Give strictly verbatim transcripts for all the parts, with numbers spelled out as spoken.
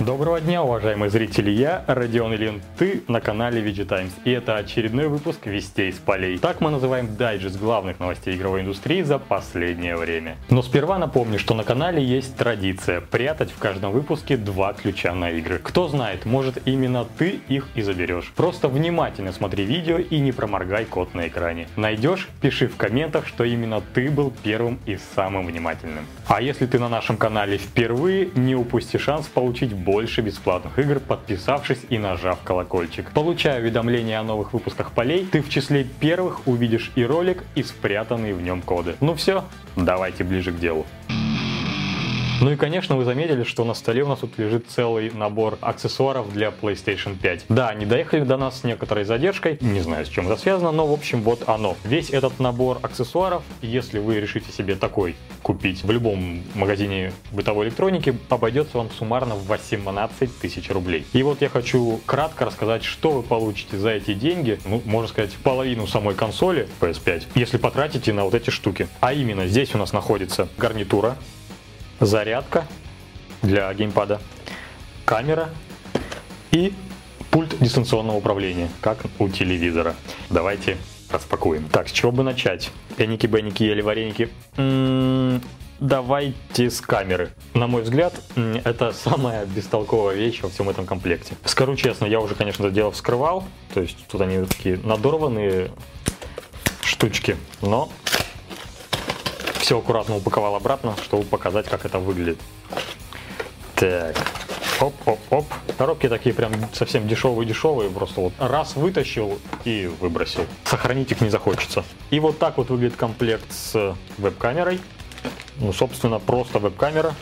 Доброго дня, уважаемые зрители, я Родион Ильин, ты на канале ви джи Times, и это очередной выпуск «Вестей с полей». Так мы называем дайджест главных новостей игровой индустрии за последнее время. Но сперва напомню, что на канале есть традиция прятать в каждом выпуске два ключа на игры. Кто знает, может именно ты их и заберешь. Просто внимательно смотри видео и не проморгай код на экране. Найдешь, пиши в комментах, что именно ты был первым и самым внимательным. А если ты на нашем канале впервые, не упусти шанс получить больше бесплатных игр, подписавшись и нажав колокольчик. Получая уведомления о новых выпусках полей, ты в числе первых увидишь и ролик, и спрятанные в нем коды. Ну все, давайте ближе к делу. Ну и конечно вы заметили, что на столе у нас тут лежит целый набор аксессуаров для плейстейшн пять. Да, они доехали до нас с некоторой задержкой, не знаю с чем это связано, но в общем вот оно. Весь этот набор аксессуаров, если вы решите себе такой купить в любом магазине бытовой электроники, обойдется вам суммарно в восемнадцать тысяч рублей. И вот я хочу кратко рассказать, что вы получите за эти деньги, ну можно сказать половину самой консоли пи эс пять, если потратите на вот эти штуки. А именно здесь у нас находится гарнитура, зарядка для геймпада, камера и пульт дистанционного управления, как у телевизора. Давайте распакуем. Так, с чего бы начать? Эники-беники, ели-вареники. М-м, давайте с камеры. На мой взгляд, это самая бестолковая вещь во всем этом комплекте. Скажу честно, я уже, конечно, это дело вскрывал. То есть тут они такие надорванные штучки, но все аккуратно упаковал обратно, чтобы показать, как это выглядит. Так, оп-оп-оп. Коробки такие прям совсем дешевые-дешевые, просто вот раз вытащил и выбросил. Сохранить их не захочется. И вот так вот выглядит комплект с веб-камерой. Ну, собственно, просто веб-камера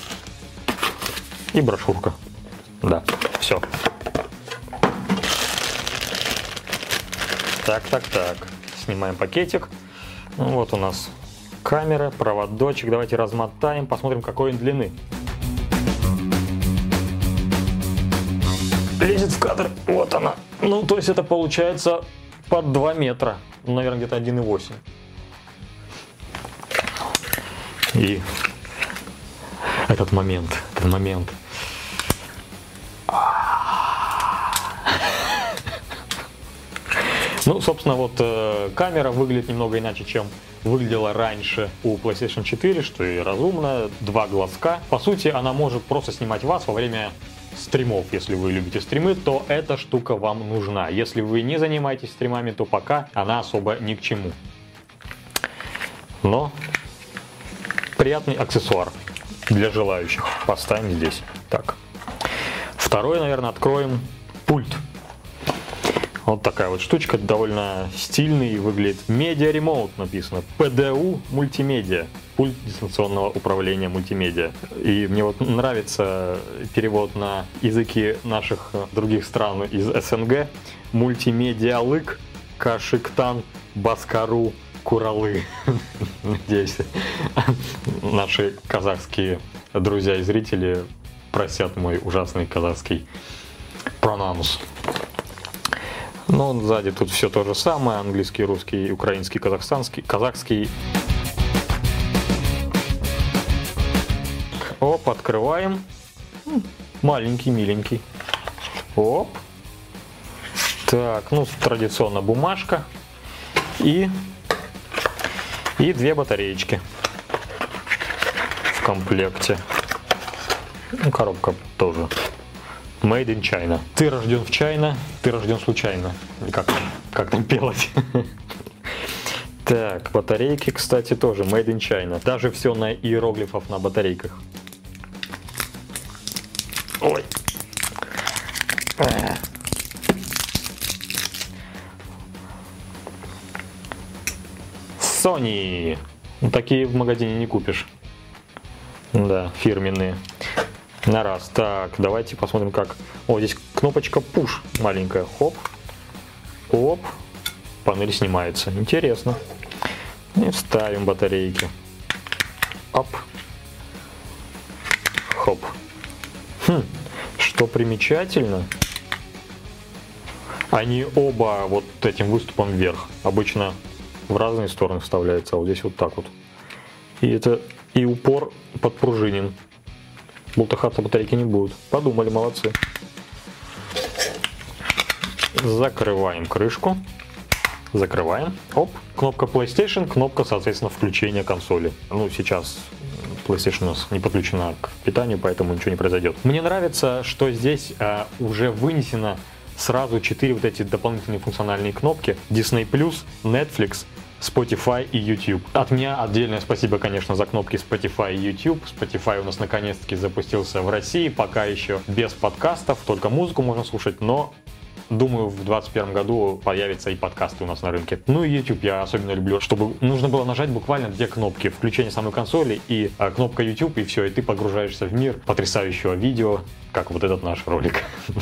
и брошюрка. Да, все. Так, так, так. Снимаем пакетик. Вот у нас камера, проводочек. Давайте размотаем, посмотрим, какой он длины. Лезет в кадр. Вот она. Ну, то есть это получается под два метра. Ну, наверное, где-то один и восемь. И этот момент, этот момент. Ну, собственно, вот э, камера выглядит немного иначе, чем выглядела раньше у плейстейшн четыре, что и разумно. Два глазка. По сути, она может просто снимать вас во время стримов. Если вы любите стримы, то эта штука вам нужна. Если вы не занимаетесь стримами, то пока она особо ни к чему. Но приятный аксессуар для желающих. Поставим здесь. Так. Второй, наверное, откроем пульт. Вот такая вот штучка, довольно стильный, выглядит. Media Remote написано. пи ди ю мультимедиа. Пульт дистанционного управления мультимедиа. И мне вот нравится перевод на языки наших других стран из эс эн гэ. Мультимедиалык, Кашиктан, Баскару, Куралы. Надеюсь, наши казахские друзья и зрители простят мой ужасный казахский прононс. Ну, сзади тут все то же самое. Английский, русский, украинский, казахстанский, казахский. Оп, открываем. Маленький, миленький. Оп. Так, ну, традиционно бумажка. И, и две батареечки в комплекте. Ну, коробка тоже. Made in China. Ты рожден в China, ты рожден случайно. Как, как там пелось? Так, батарейки, кстати, тоже Made in China. Даже все на иероглифах на батарейках. Ой. Sony. Такие в магазине не купишь. Да, фирменные. На раз. Так, давайте посмотрим, как... О, здесь кнопочка Push маленькая. Хоп. Оп. Панель снимается. Интересно. И вставим батарейки. Оп. Хоп. Хм. Что примечательно, они оба вот этим выступом вверх. Обычно в разные стороны вставляется, а вот здесь вот так вот. И это и упор подпружинен. Болтыхаться батарейки не будут. Подумали, молодцы. Закрываем крышку. Закрываем. Оп. Кнопка PlayStation, кнопка, соответственно, включения консоли. Ну, сейчас PlayStation у нас не подключена к питанию, поэтому ничего не произойдет. Мне нравится, что здесь а, уже вынесено сразу четыре вот эти дополнительные функциональные кнопки. Disney+, Netflix, Spotify и YouTube. От меня отдельное спасибо, конечно, за кнопки Spotify и YouTube. Spotify у нас наконец-таки запустился в России, пока еще без подкастов, только музыку можно слушать, но думаю, в двадцать первом году появятся и подкасты у нас на рынке. Ну и YouTube я особенно люблю, чтобы нужно было нажать буквально две кнопки: включение самой консоли и а, кнопка YouTube, и все, и ты погружаешься в мир потрясающего видео, как вот этот наш ролик.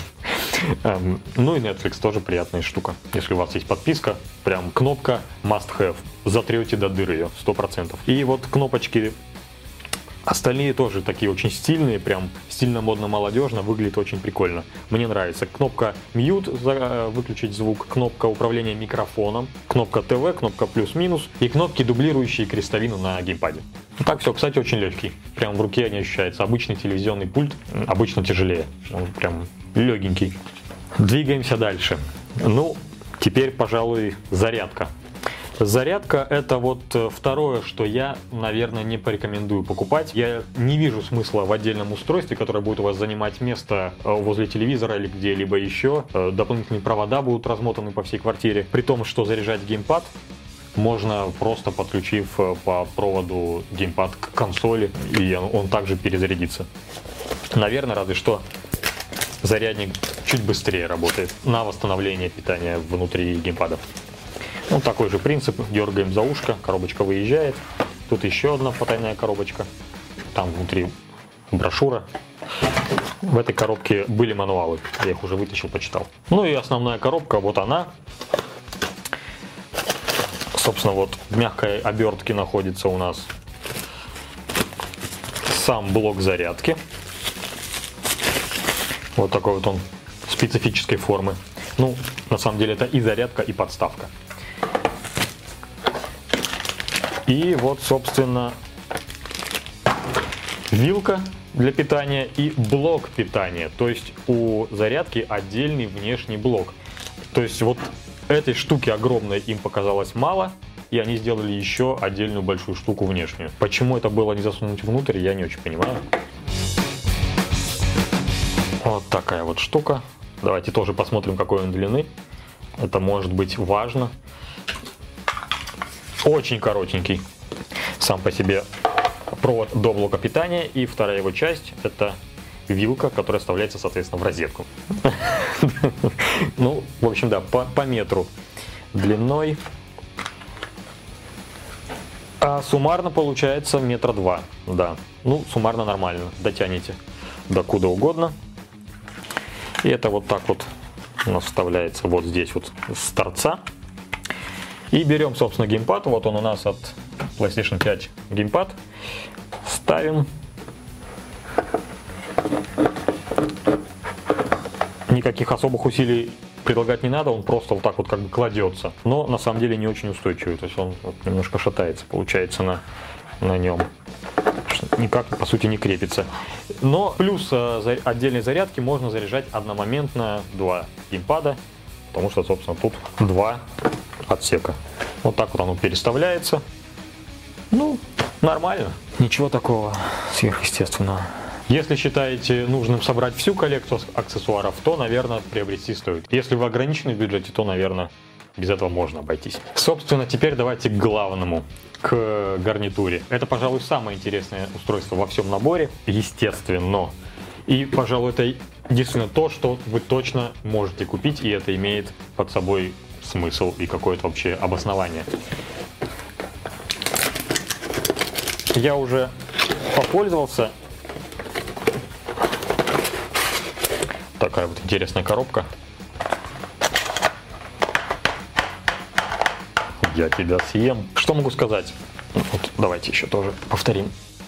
Ну и Netflix тоже приятная штука. Если у вас есть подписка, прям кнопка must have. Затрете до дыр ее, сто процентов. И вот кнопочки остальные тоже такие очень стильные, прям стильно-модно-молодежно, выглядит очень прикольно. Мне нравится. Кнопка mute, выключить звук, кнопка управления микрофоном, кнопка ТВ, кнопка плюс-минус и кнопки, дублирующие крестовину на геймпаде. Так все, кстати, очень легкий. Прям в руке не ощущается. Обычный телевизионный пульт обычно тяжелее. Он прям легенький. Двигаемся дальше. Ну, теперь, пожалуй, зарядка. Зарядка — это вот второе, что я, наверное, не порекомендую покупать. Я не вижу смысла в отдельном устройстве, которое будет у вас занимать место возле телевизора или где-либо еще. Дополнительные провода будут размотаны по всей квартире. При том, что заряжать геймпад можно, просто подключив по проводу геймпад к консоли, и он также перезарядится. Наверное, разве что зарядник чуть быстрее работает на восстановление питания внутри геймпада. Ну, такой же принцип. Дергаем за ушко, коробочка выезжает. Тут еще одна потайная коробочка. Там внутри брошюра. В этой коробке были мануалы. Я их уже вытащил, почитал. Ну и основная коробка, вот она. Собственно, вот в мягкой обертке находится у нас сам блок зарядки. Вот такой вот он специфической формы. Ну, на самом деле это и зарядка, и подставка. И вот, собственно, вилка для питания и блок питания. То есть у зарядки отдельный внешний блок. То есть вот этой штуки огромной им показалось мало, и они сделали еще отдельную большую штуку внешнюю. Почему это было не засунуть внутрь, я не очень понимаю. Вот такая вот штука. Давайте тоже посмотрим, какой он длины. Это может быть важно. Очень коротенький сам по себе провод до блока питания. И вторая его часть — это вилка, которая вставляется, соответственно, в розетку. Ну, в общем, да, по метру длиной. А суммарно получается метра два. Да, ну, суммарно нормально. Дотянете до куда угодно. И это вот так вот у нас вставляется вот здесь вот с торца. И берем, собственно, геймпад. Вот он у нас от PlayStation пять геймпад. Ставим. Никаких особых усилий прилагать не надо, он просто вот так вот как бы кладется. Но на самом деле не очень устойчивый. То есть он вот немножко шатается, получается, на, на нем. Никак, по сути, не крепится. Но плюс э, отдельной зарядки можно заряжать одномоментно два геймпада, потому что, собственно, тут два отсека. Вот так вот оно переставляется. Ну, нормально. Ничего такого сверхъестественного. Если считаете нужным собрать всю коллекцию аксессуаров, то, наверное, приобрести стоит. Если вы ограничены в бюджете, то, наверное, без этого можно обойтись. Собственно, теперь давайте к главному, к гарнитуре. Это, пожалуй, самое интересное устройство во всем наборе, естественно. И, пожалуй, это единственное то, что вы точно можете купить, и это имеет под собой смысл и какое-то вообще обоснование. Я уже попользовался. Такая вот интересная коробка. Я тебя съем. Что могу сказать? Вот, давайте еще тоже повторим.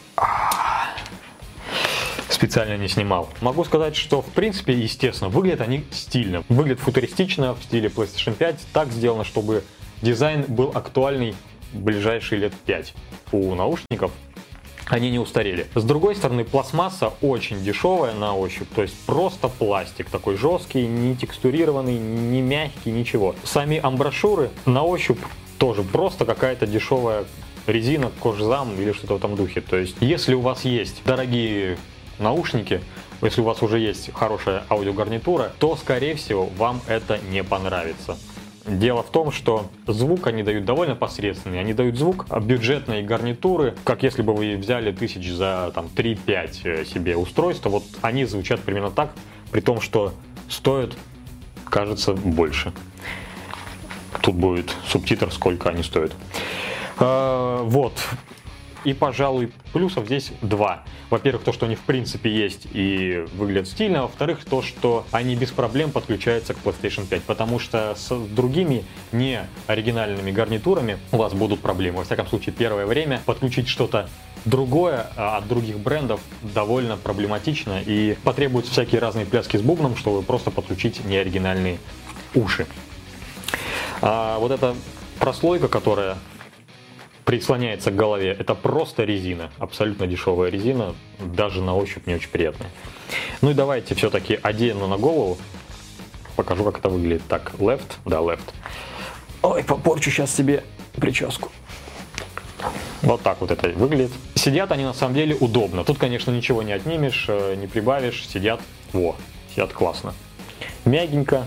Специально не снимал. Могу сказать, что в принципе, естественно, выглядят они стильно. Выглядят футуристично в стиле PlayStation пять. Так сделано, чтобы дизайн был актуальный в ближайшие лет пять. У наушников они не устарели. С другой стороны, пластмасса очень дешевая на ощупь, то есть просто пластик такой жесткий, не текстурированный, не мягкий, ничего. Сами амброшюры на ощупь тоже просто какая-то дешевая резина, кожзам или что-то в этом духе. То есть, если у вас есть дорогие наушники, если у вас уже есть хорошая аудиогарнитура, то, скорее всего, вам это не понравится. Дело в том, что звук они дают довольно посредственный. Они дают звук бюджетной гарнитуры, как если бы вы взяли тысяч за там, три-пять себе устройства. Вот они звучат примерно так, при том, что стоят, кажется, больше. Тут будет субтитр, сколько они стоят. А, вот. И, пожалуй, плюсов здесь два. Во-первых, то, что они в принципе есть и выглядят стильно. Во-вторых, то, что они без проблем подключаются к PlayStation пять. Потому что с другими не оригинальными гарнитурами у вас будут проблемы. Во всяком случае, первое время подключить что-то другое от других брендов довольно проблематично. И потребуются всякие разные пляски с бубном, чтобы просто подключить неоригинальные уши. А вот эта прослойка, которая прислоняется к голове, это просто резина, абсолютно дешевая резина, даже на ощупь не очень приятная. Ну и давайте все-таки одену на голову, покажу, как это выглядит. Так, left, да, left. Ой, попорчу сейчас себе прическу. Вот так вот это выглядит. Сидят они на самом деле удобно. Тут, конечно, ничего не отнимешь, не прибавишь. Сидят, во, сидят классно. Мягенько,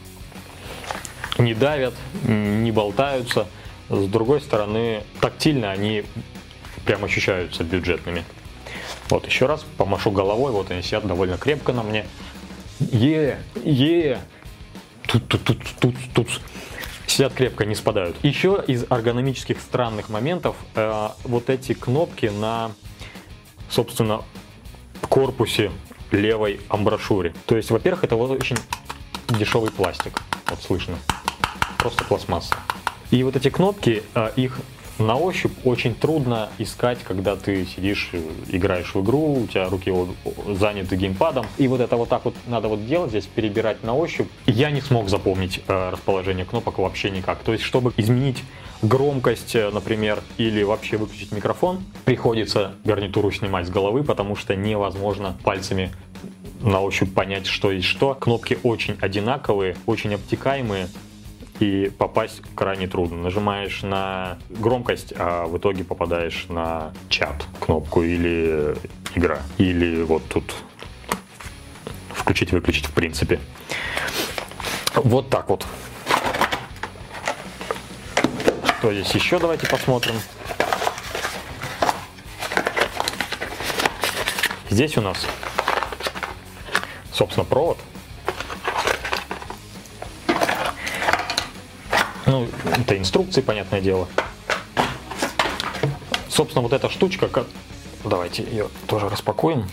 не давят, не болтаются. С другой стороны, тактильно они прям ощущаются бюджетными. Вот еще раз помашу головой, вот они сидят довольно крепко на мне. Е, е, тут, тут, тут, тут, тут. Сидят крепко, не спадают. Еще из эргономических странных моментов э, вот эти кнопки на, собственно, корпусе левой амброшюре. То есть, во-первых, это вот очень дешевый пластик. Вот слышно. Просто пластмасса. И вот эти кнопки, их на ощупь очень трудно искать, когда ты сидишь, играешь в игру, у тебя руки заняты геймпадом. И вот это вот так вот надо вот делать, здесь перебирать на ощупь. Я не смог запомнить расположение кнопок вообще никак. То есть, чтобы изменить громкость, например, или вообще выключить микрофон, приходится гарнитуру снимать с головы, потому что невозможно пальцами на ощупь понять, что есть что. Кнопки очень одинаковые, очень обтекаемые. И попасть крайне трудно. Нажимаешь на громкость, а в итоге попадаешь на чат кнопку или игра. Или вот тут включить-выключить в принципе. Вот так вот. Что здесь еще? Давайте посмотрим. Здесь у нас, собственно, провод. Ну, это инструкции, понятное дело. Собственно, вот эта штучка, как... давайте ее тоже распакуем.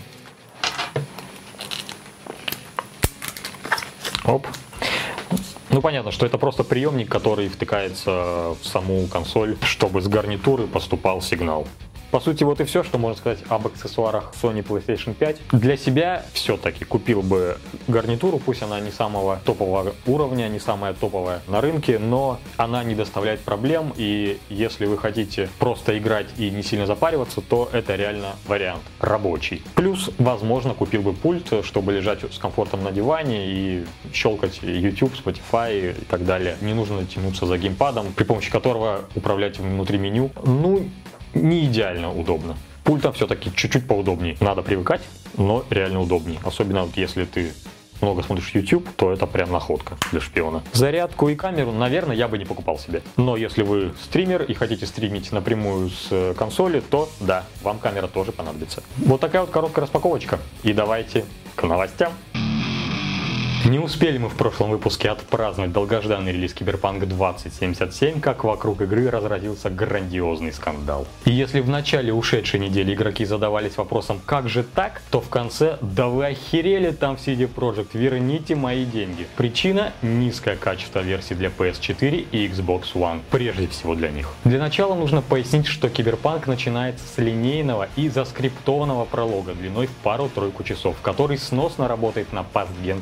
Оп. Ну, понятно, что это просто приемник, который втыкается в саму консоль, чтобы с гарнитуры поступал сигнал. По сути, вот и все, что можно сказать об аксессуарах Sony PlayStation пять. Для себя все-таки купил бы гарнитуру, пусть она не самого топового уровня, не самая топовая на рынке, но она не доставляет проблем, и если вы хотите просто играть и не сильно запариваться, то это реально вариант рабочий. Плюс, возможно, купил бы пульт, чтобы лежать с комфортом на диване и щелкать YouTube, Spotify и так далее. Не нужно тянуться за геймпадом, при помощи которого управлять внутри меню. Ну, не идеально удобно. Пультом все-таки чуть-чуть поудобнее. Надо привыкать, но реально удобнее. Особенно вот если ты много смотришь YouTube, то это прям находка для шпиона. Зарядку и камеру, наверное, я бы не покупал себе. Но если вы стример и хотите стримить напрямую с консоли, то да, вам камера тоже понадобится. Вот такая вот короткая распаковочка. И давайте к новостям. Не успели мы в прошлом выпуске отпраздновать долгожданный релиз Cyberpunk двадцать семьдесят семь, как вокруг игры разразился грандиозный скандал. И если в начале ушедшей недели игроки задавались вопросом «как же так?», то в конце «да вы охерели там в си ди Projekt, верните мои деньги». Причина – низкое качество версий для пи эс четыре и Xbox One, прежде всего для них. Для начала нужно пояснить, что Cyberpunk начинается с линейного и заскриптованного пролога длиной в пару-тройку часов, который сносно работает на паст-ген консолях.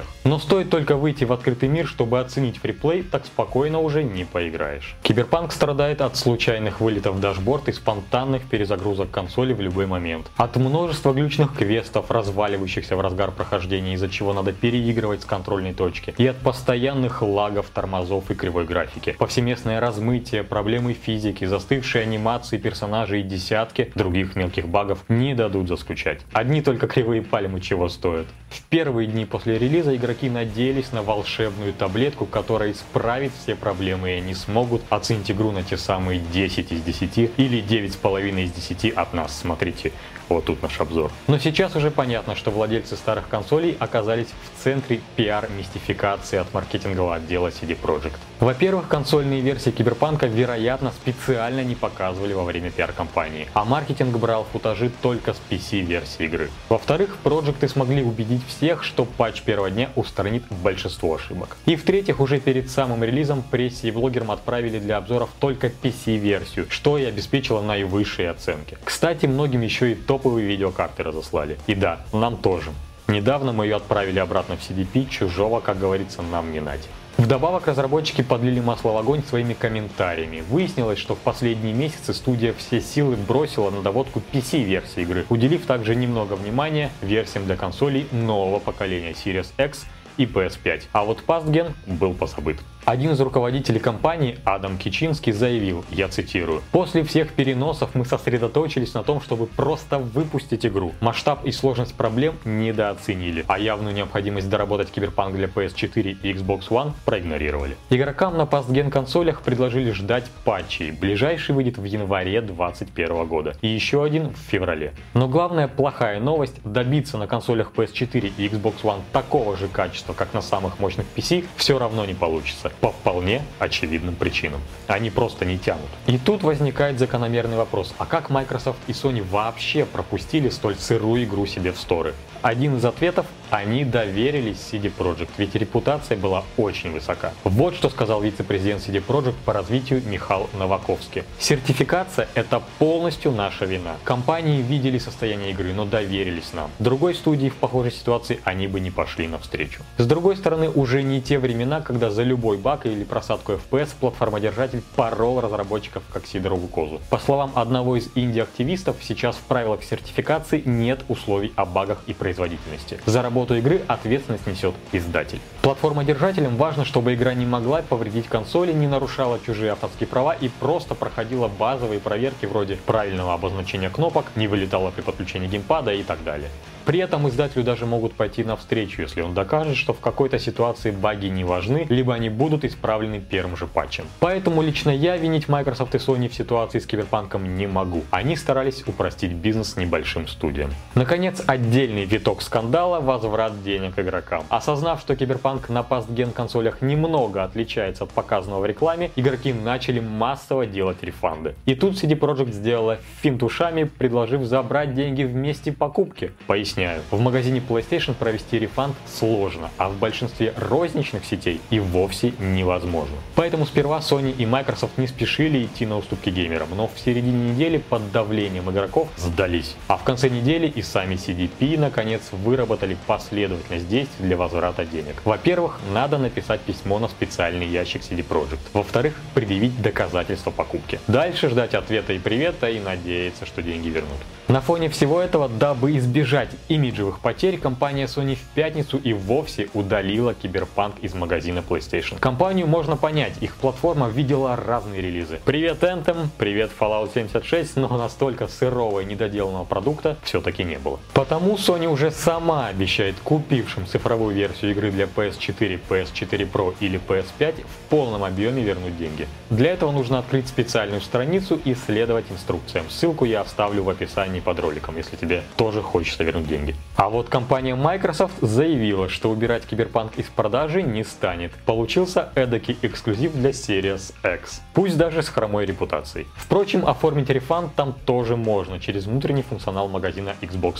Но стоит только выйти в открытый мир, чтобы оценить фриплей, так спокойно уже не поиграешь. Киберпанк страдает от случайных вылетов в дашборд и спонтанных перезагрузок консоли в любой момент. От множества глючных квестов, разваливающихся в разгар прохождения, из-за чего надо переигрывать с контрольной точки. И от постоянных лагов, тормозов и кривой графики. Повсеместное размытие, проблемы физики, застывшие анимации персонажей и десятки других мелких багов не дадут заскучать. Одни только кривые пальмы чего стоят. В первые дни после релиза игроки надеялись на волшебную таблетку, которая исправит все проблемы, и они смогут оценить игру на те самые десять из десяти или девять с половиной из десяти от нас. Смотрите, вот тут наш обзор. Но сейчас уже понятно, что владельцы старых консолей оказались в центре пиар-мистификации от маркетингового отдела си ди Projekt. Во-первых, консольные версии Киберпанка, вероятно, специально не показывали во время пиар-компании, а маркетинг брал футажи только с пи си-версии игры. Во-вторых, Проджекты смогли убедить всех, что патч первого дня устранит большинство ошибок. И в-третьих, уже перед самым релизом прессе и блогерам отправили для обзоров только пи си-версию, что и обеспечило наивысшие оценки. Кстати, многим еще и топовые видеокарты разослали. И да, нам тоже. Недавно мы ее отправили обратно в си ди пи, чужого, как говорится, нам не нать. Вдобавок разработчики подлили масло в огонь своими комментариями. Выяснилось, что в последние месяцы студия все силы бросила на доводку пи си-версии игры, уделив также немного внимания версиям для консолей нового поколения Series X и пи эс пять. А вот Past-Gen был позабыт. Один из руководителей компании, Адам Кичинский, заявил, я цитирую: «После всех переносов мы сосредоточились на том, чтобы просто выпустить игру. Масштаб и сложность проблем недооценили, а явную необходимость доработать Киберпанк для пи эс четыре и Xbox One проигнорировали». Игрокам на Past-Gen консолях предложили ждать патчей. Ближайший выйдет в январе две тысячи двадцать первого года и еще один в феврале. Но главная плохая новость: добиться на консолях пи эс четыре и Xbox One такого же качества, как на самых мощных пи си, все равно не получится. По вполне очевидным причинам. Они просто не тянут. И тут возникает закономерный вопрос: а как Microsoft и Sony вообще пропустили столь сырую игру себе в сторы? Один из ответов: они доверились си ди Projekt, ведь репутация была очень высока. Вот что сказал вице-президент си ди Projekt по развитию Михаил Новаковский. Сертификация — это полностью наша вина. Компании видели состояние игры, но доверились нам. Другой студии в похожей ситуации они бы не пошли навстречу. С другой стороны, уже не те времена, когда за любой баг или просадку эф пи эс платформодержатель порол разработчиков как сидорову козу. По словам одного из инди-активистов, сейчас в правилах сертификации нет условий о багах и производительности. За работу игры ответственность несет издатель. Платформодержателям важно, чтобы игра не могла повредить консоли, не нарушала чужие авторские права и просто проходила базовые проверки вроде правильного обозначения кнопок, не вылетала при подключении геймпада и так далее. При этом издателю даже могут пойти навстречу, если он докажет, что в какой-то ситуации баги не важны, либо они будут исправлены первым же патчем. Поэтому лично я винить Microsoft и Sony в ситуации с Киберпанком не могу. Они старались упростить бизнес небольшим студиям. Наконец, отдельный виток скандала — возврат денег игрокам. Осознав, что Киберпанк на Past-Gen консолях немного отличается от показанного в рекламе, игроки начали массово делать рефанды. И тут си ди Projekt сделала финт ушами, предложив забрать деньги вместе покупки. Поясню. В магазине PlayStation провести рефанд сложно, а в большинстве розничных сетей и вовсе невозможно. Поэтому сперва Sony и Microsoft не спешили идти на уступки геймерам, но в середине недели под давлением игроков сдались. А в конце недели и сами си ди пи наконец выработали последовательность действий для возврата денег. Во-первых, надо написать письмо на специальный ящик си ди Projekt. Во-вторых, предъявить доказательства покупки. Дальше ждать ответа и привета и надеяться, что деньги вернут. На фоне всего этого, дабы избежать имиджевых потерь, компания Sony в пятницу и вовсе удалила Киберпанк из магазина PlayStation. Компанию можно понять, их платформа видела разные релизы. Привет Anthem, привет Fallout семьдесят шесть, но настолько сырого и недоделанного продукта все-таки не было. Потому Sony уже сама обещает купившим цифровую версию игры для пи эс четыре, пи эс четыре про или пи эс пять в полном объеме вернуть деньги. Для этого нужно открыть специальную страницу и следовать инструкциям. Ссылку я оставлю в описании под роликом, если тебе тоже хочется вернуть деньги. А вот компания Microsoft заявила, что убирать Киберпанк из продажи не станет. Получился эдакий эксклюзив для Series X, пусть даже с хромой репутацией. Впрочем, оформить рефанд там тоже можно через внутренний функционал магазина Xbox Live.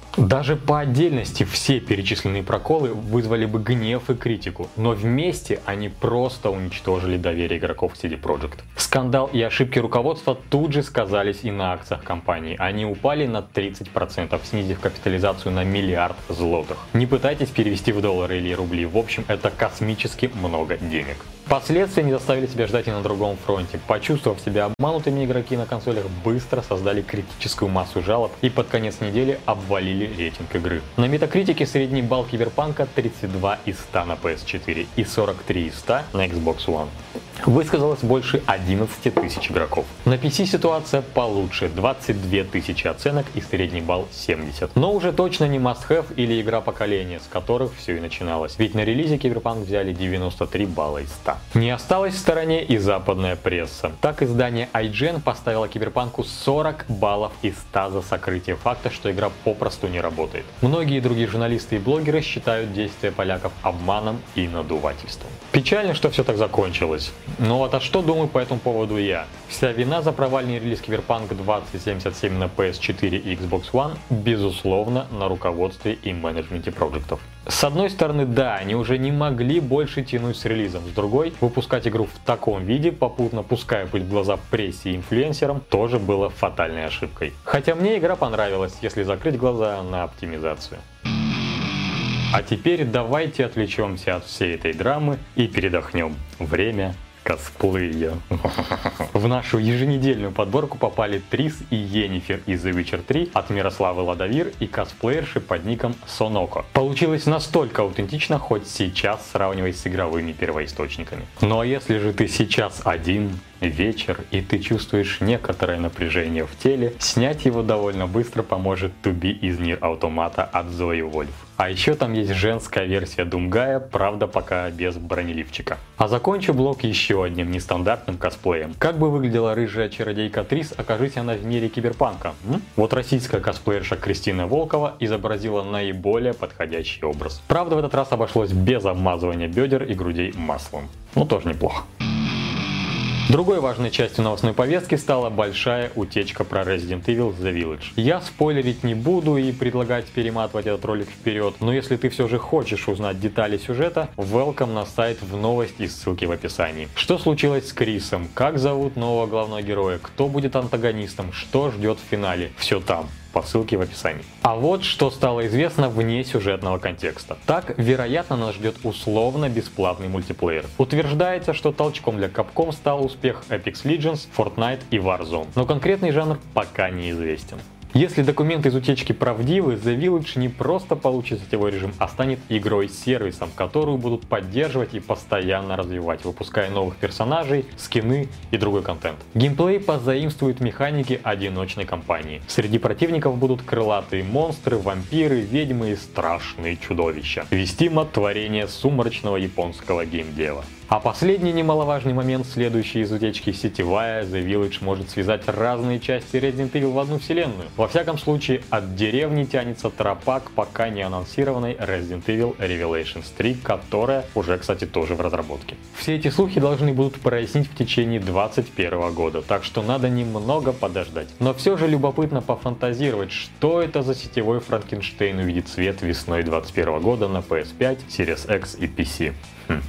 Даже по отдельности все перечисленные проколы вызвали бы гнев и критику, но вместе они просто уничтожили доверие игроков к си ди Projekt. Скандал и ошибки руководства тут же сказались и на акциях компании. Они упали на тридцать процентов, снизив капитализацию на миллиард злотых. Не пытайтесь перевести в доллары или рубли, в общем, это космически много денег. Последствия не заставили себя ждать и на другом фронте. Почувствовав себя обманутыми, игроки на консолях быстро создали критическую массу жалоб и под конец недели обвалили рейтинг игры. На Метакритике средний балл Киберпанка тридцать два из ста на пи эс четыре и сорок три из ста на Xbox One. Высказалось больше одиннадцати тысяч игроков. На пи си ситуация получше, двадцать две тысячи оценок и средний балл семьдесят. Но уже точно не must-have или игра поколения, с которых все и начиналось. Ведь на релизе Киберпанк взяли девяносто три балла из ста. Не осталась в стороне и западная пресса. Так издание ай джи эн поставило Киберпанку сорок баллов из ста за сокрытие факта, что игра попросту не работает. Многие другие журналисты и блогеры считают действия поляков обманом и надувательством. Печально, что все так закончилось. Но вот а что думаю по этому поводу я? Вся вина за провальный релиз Киберпанк двадцать семьдесят семь на пи эс четыре и Xbox One безусловно на руководстве и менеджменте проектов. С одной стороны, да, они уже не могли больше тянуть с релизом. С другой, выпускать игру в таком виде, попутно пуская пыль в глаза прессе и инфлюенсерам, тоже было фатальной ошибкой. Хотя мне игра понравилась, если закрыть глаза на оптимизацию. А теперь давайте отвлечемся от всей этой драмы и передохнем. Время косплея. В нашу еженедельную подборку попали Трис и Йеннифер из The Witcher три от Мирославы Ладовир и косплеерши под ником Соноко. Получилось настолько аутентично, хоть сейчас сравнивай с игровыми первоисточниками. Ну а если же ты сейчас один, вечер, и ты чувствуешь некоторое напряжение в теле, снять его довольно быстро поможет Туби из Нир Automata от Зои Вольф. А еще там есть женская версия Думгая, правда пока без бронеливчика. А закончу блог еще одним нестандартным косплеем. Как бы выглядела рыжая чародейка Трис, окажись она в мире киберпанка? М? Вот российская косплеерша Кристина Волкова изобразила наиболее подходящий образ. Правда, в этот раз обошлось без обмазывания бедер и грудей маслом. Ну тоже неплохо. Другой важной частью новостной повестки стала большая утечка про Resident Evil The Village. Я спойлерить не буду и предлагать перематывать этот ролик вперед, но если ты все же хочешь узнать детали сюжета, welcome на сайт в новости, ссылки в описании. Что случилось с Крисом, как зовут нового главного героя, кто будет антагонистом, что ждет в финале, все там. По ссылке в описании. А вот что стало известно вне сюжетного контекста. Так, вероятно, нас ждет условно-бесплатный мультиплеер. Утверждается, что толчком для Capcom стал успех Apex Legends, Fortnite и Warzone. Но конкретный жанр пока неизвестен. Если документы из утечки правдивы, The Village не просто получит сетевой режим, а станет игрой-сервисом, которую будут поддерживать и постоянно развивать, выпуская новых персонажей, скины и другой контент. Геймплей позаимствует механики одиночной кампании. Среди противников будут крылатые монстры, вампиры, ведьмы и страшные чудовища. Вестимо творение сумрачного японского геймдева. А последний немаловажный момент, следующий из утечки, сетевая, The Village может связать разные части Resident Evil в одну вселенную. Во всяком случае, от деревни тянется тропа к пока не анонсированной Resident Evil Revelations три, которая уже, кстати, тоже в разработке. Все эти слухи должны будут прояснить в течение двадцать первого года, так что надо немного подождать. Но все же любопытно пофантазировать, что это за сетевой Франкенштейн увидит свет весной двадцать первого года на пи эс пять, Series X и пи си. Хм.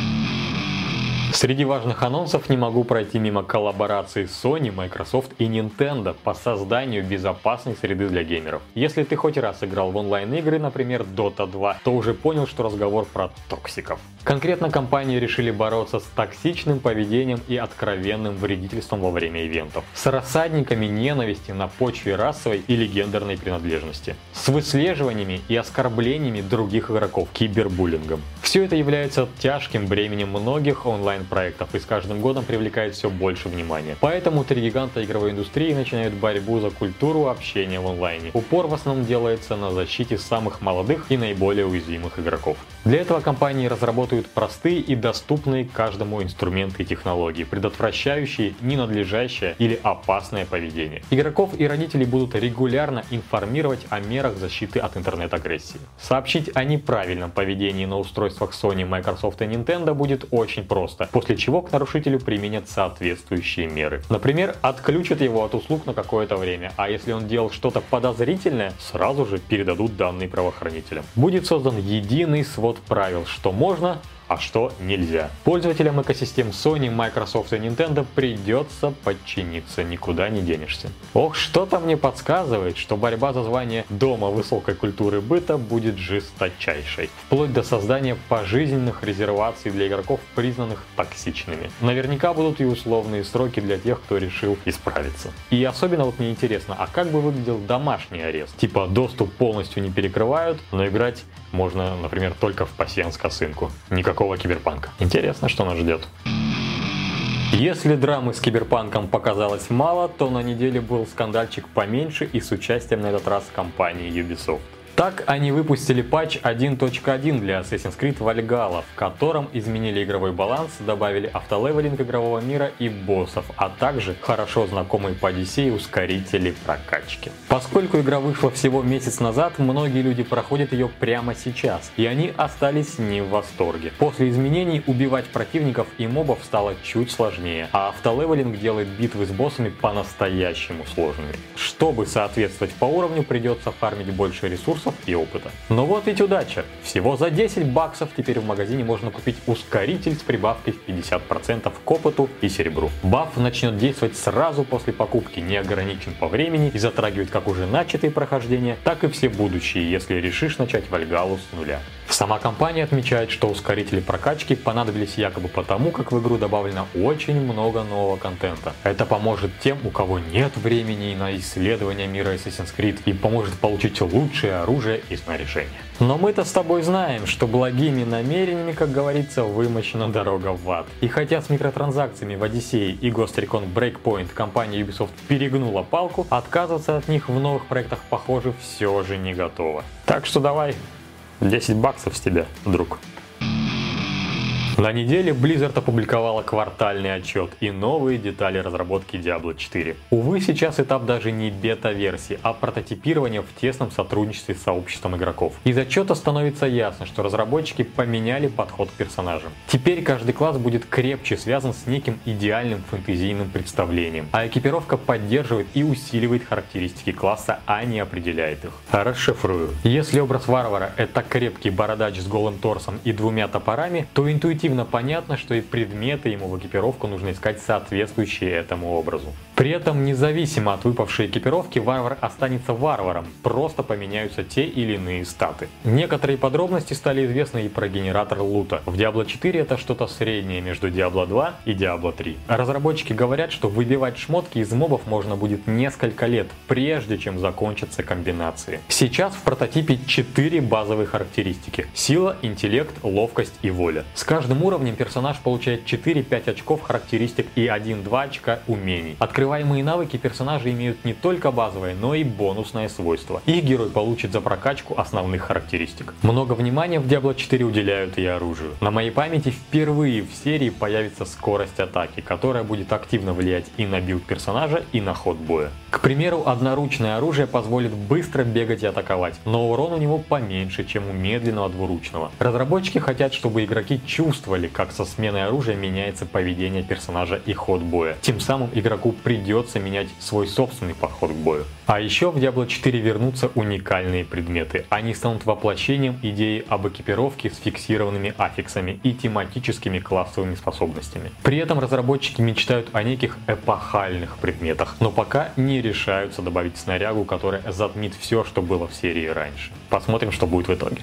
Среди важных анонсов не могу пройти мимо коллаборации Sony, Microsoft и Nintendo по созданию безопасной среды для геймеров. Если ты хоть раз играл в онлайн-игры, например, Дота два, то уже понял, что разговор про токсиков. Конкретно компании решили бороться с токсичным поведением и откровенным вредительством во время ивентов, с рассадниками ненависти на почве расовой или гендерной принадлежности, с выслеживаниями и оскорблениями других игроков, кибербуллингом. Все это является тяжким бременем многих онлайн-проектов и с каждым годом привлекает все больше внимания. Поэтому три гиганта игровой индустрии начинают борьбу за культуру общения в онлайне. Упор в основном делается на защите самых молодых и наиболее уязвимых игроков. Для этого компании разработают простые и доступные каждому инструменты и технологии, предотвращающие ненадлежащее или опасное поведение. Игроков и родителей будут регулярно информировать о мерах защиты от интернет-агрессии, сообщить о неправильном поведении на устройствах эксклюзивах Sony, Microsoft и Nintendo будет очень просто, после чего к нарушителю применят соответствующие меры. Например, отключат его от услуг на какое-то время, а если он делал что-то подозрительное, сразу же передадут данные правоохранителям. Будет создан единый свод правил, что можно, а что нельзя. Пользователям экосистем Sony, Microsoft и Nintendo придется подчиниться, никуда не денешься. Ох, что-то мне подсказывает, что борьба за звание дома высокой культуры быта будет жесточайшей, вплоть до создания пожизненных резерваций для игроков, признанных токсичными. Наверняка будут и условные сроки для тех, кто решил исправиться. И особенно вот мне интересно, а как бы выглядел домашний арест? Типа доступ полностью не перекрывают, но играть можно, например, только в пасьянс косынку. Никакого киберпанка. Интересно, что нас ждет. Если драмы с киберпанком показалось мало, то на неделе был скандальчик поменьше и с участием на этот раз компании Ubisoft. Так они выпустили патч один точка один для Assassin's Creed Valhalla, в котором изменили игровой баланс, добавили автолевелинг игрового мира и боссов, а также хорошо знакомые по Одиссее ускорители прокачки. Поскольку игра вышла всего месяц назад, многие люди проходят ее прямо сейчас, и они остались не в восторге. После изменений убивать противников и мобов стало чуть сложнее, а автолевелинг делает битвы с боссами по-настоящему сложными. Чтобы соответствовать по уровню, придется фармить больше ресурсов и опыта. Но вот ведь удача! Всего за десять баксов теперь в магазине можно купить ускоритель с прибавкой в пятьдесят процентов к опыту и серебру. Баф начнет действовать сразу после покупки, не ограничен по времени и затрагивает как уже начатые прохождения, так и все будущие, если решишь начать Вальгаллу с нуля. Сама компания отмечает, что ускорители прокачки понадобились якобы потому, как в игру добавлено очень много нового контента. Это поможет тем, у кого нет времени на исследование мира Assassin's Creed, и поможет получить лучшее оружие и снаряжение. Но мы-то с тобой знаем, что благими намерениями, как говорится, вымощена дорога в ад. И хотя с микротранзакциями в Одиссее и Ghost Recon Breakpoint компания Ubisoft перегнула палку, отказываться от них в новых проектах, похоже, все же не готова. Так что давай, десять баксов с тебя, друг. На неделе Blizzard опубликовала квартальный отчет и новые детали разработки Diablo четыре. Увы, сейчас этап даже не бета-версии, а прототипирования в тесном сотрудничестве с сообществом игроков. Из отчета становится ясно, что разработчики поменяли подход к персонажам. Теперь каждый класс будет крепче связан с неким идеальным фэнтезийным представлением, а экипировка поддерживает и усиливает характеристики класса, а не определяет их. Расшифрую. Если образ варвара — это крепкий бородач с голым торсом и двумя топорами, то интуитивно понятно, что и предметы ему в экипировку нужно искать соответствующие этому образу. При этом, независимо от выпавшей экипировки, варвар останется варваром, просто поменяются те или иные статы. Некоторые подробности стали известны и про генератор лута. В Diablo четыре это что-то среднее между Diablo два и Diablo три. Разработчики говорят, что выбивать шмотки из мобов можно будет несколько лет, прежде чем закончатся комбинации. Сейчас в прототипе четыре базовые характеристики: сила, интеллект, ловкость и воля. С каждым уровнем персонаж получает четыре-пять очков характеристик и один-два очка умений. Открываемые навыки персонажа имеют не только базовое, но и бонусное свойство. Их герой получит за прокачку основных характеристик. Много внимания в Diablo четыре уделяют и оружию. На моей памяти впервые в серии появится скорость атаки, которая будет активно влиять и на билд персонажа, и на ход боя. К примеру, одноручное оружие позволит быстро бегать и атаковать, но урон у него поменьше, чем у медленного двуручного. Разработчики хотят, чтобы игроки чувствовали, как со сменой оружия меняется поведение персонажа и ход боя. Тем самым игроку придется менять свой собственный подход к бою. А еще в Diablo четыре вернутся уникальные предметы. Они станут воплощением идеи об экипировке с фиксированными аффиксами и тематическими классовыми способностями. При этом разработчики мечтают о неких эпохальных предметах, но пока не решаются добавить снарягу, которая затмит все, что было в серии раньше. Посмотрим, что будет в итоге.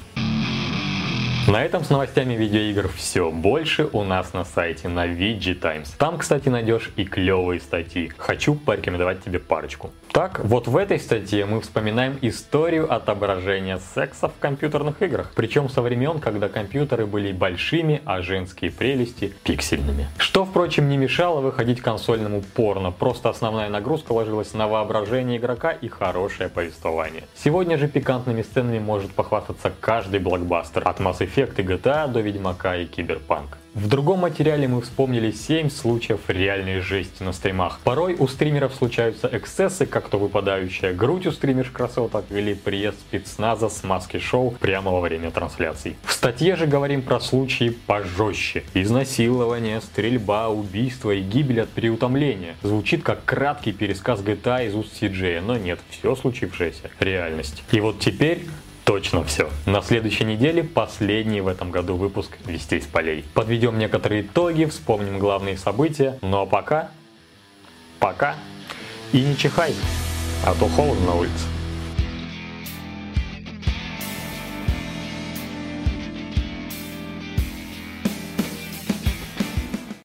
На этом с новостями видеоигр все. Больше у нас на сайте на ви джи Times. Там, кстати, найдешь и клевые статьи. Хочу порекомендовать тебе парочку. Так, вот в этой статье мы вспоминаем историю отображения секса в компьютерных играх. Причем со времен, когда компьютеры были большими, а женские прелести пиксельными. Что, впрочем, не мешало выходить консольному порно. Просто основная нагрузка ложилась на воображение игрока и хорошее повествование. Сегодня же пикантными сценами может похвастаться каждый блокбастер. От Mass Effect и джи ти эй до Ведьмака и Киберпанк. В другом материале мы вспомнили семь случаев реальной жести на стримах. Порой у стримеров случаются эксцессы, как то выпадающая грудь у стримерш красоток или приезд спецназа с маски-шоу прямо во время трансляций. В статье же говорим про случаи пожестче. Изнасилование, стрельба, убийство и гибель от переутомления. Звучит как краткий пересказ джи ти эй из уст си джей, но нет, все случившееся — реальность. И вот теперь точно все. На следующей неделе последний в этом году выпуск «Вестей с полей». Подведем некоторые итоги, вспомним главные события. Ну а пока, пока и не чихай, а то холодно на улице.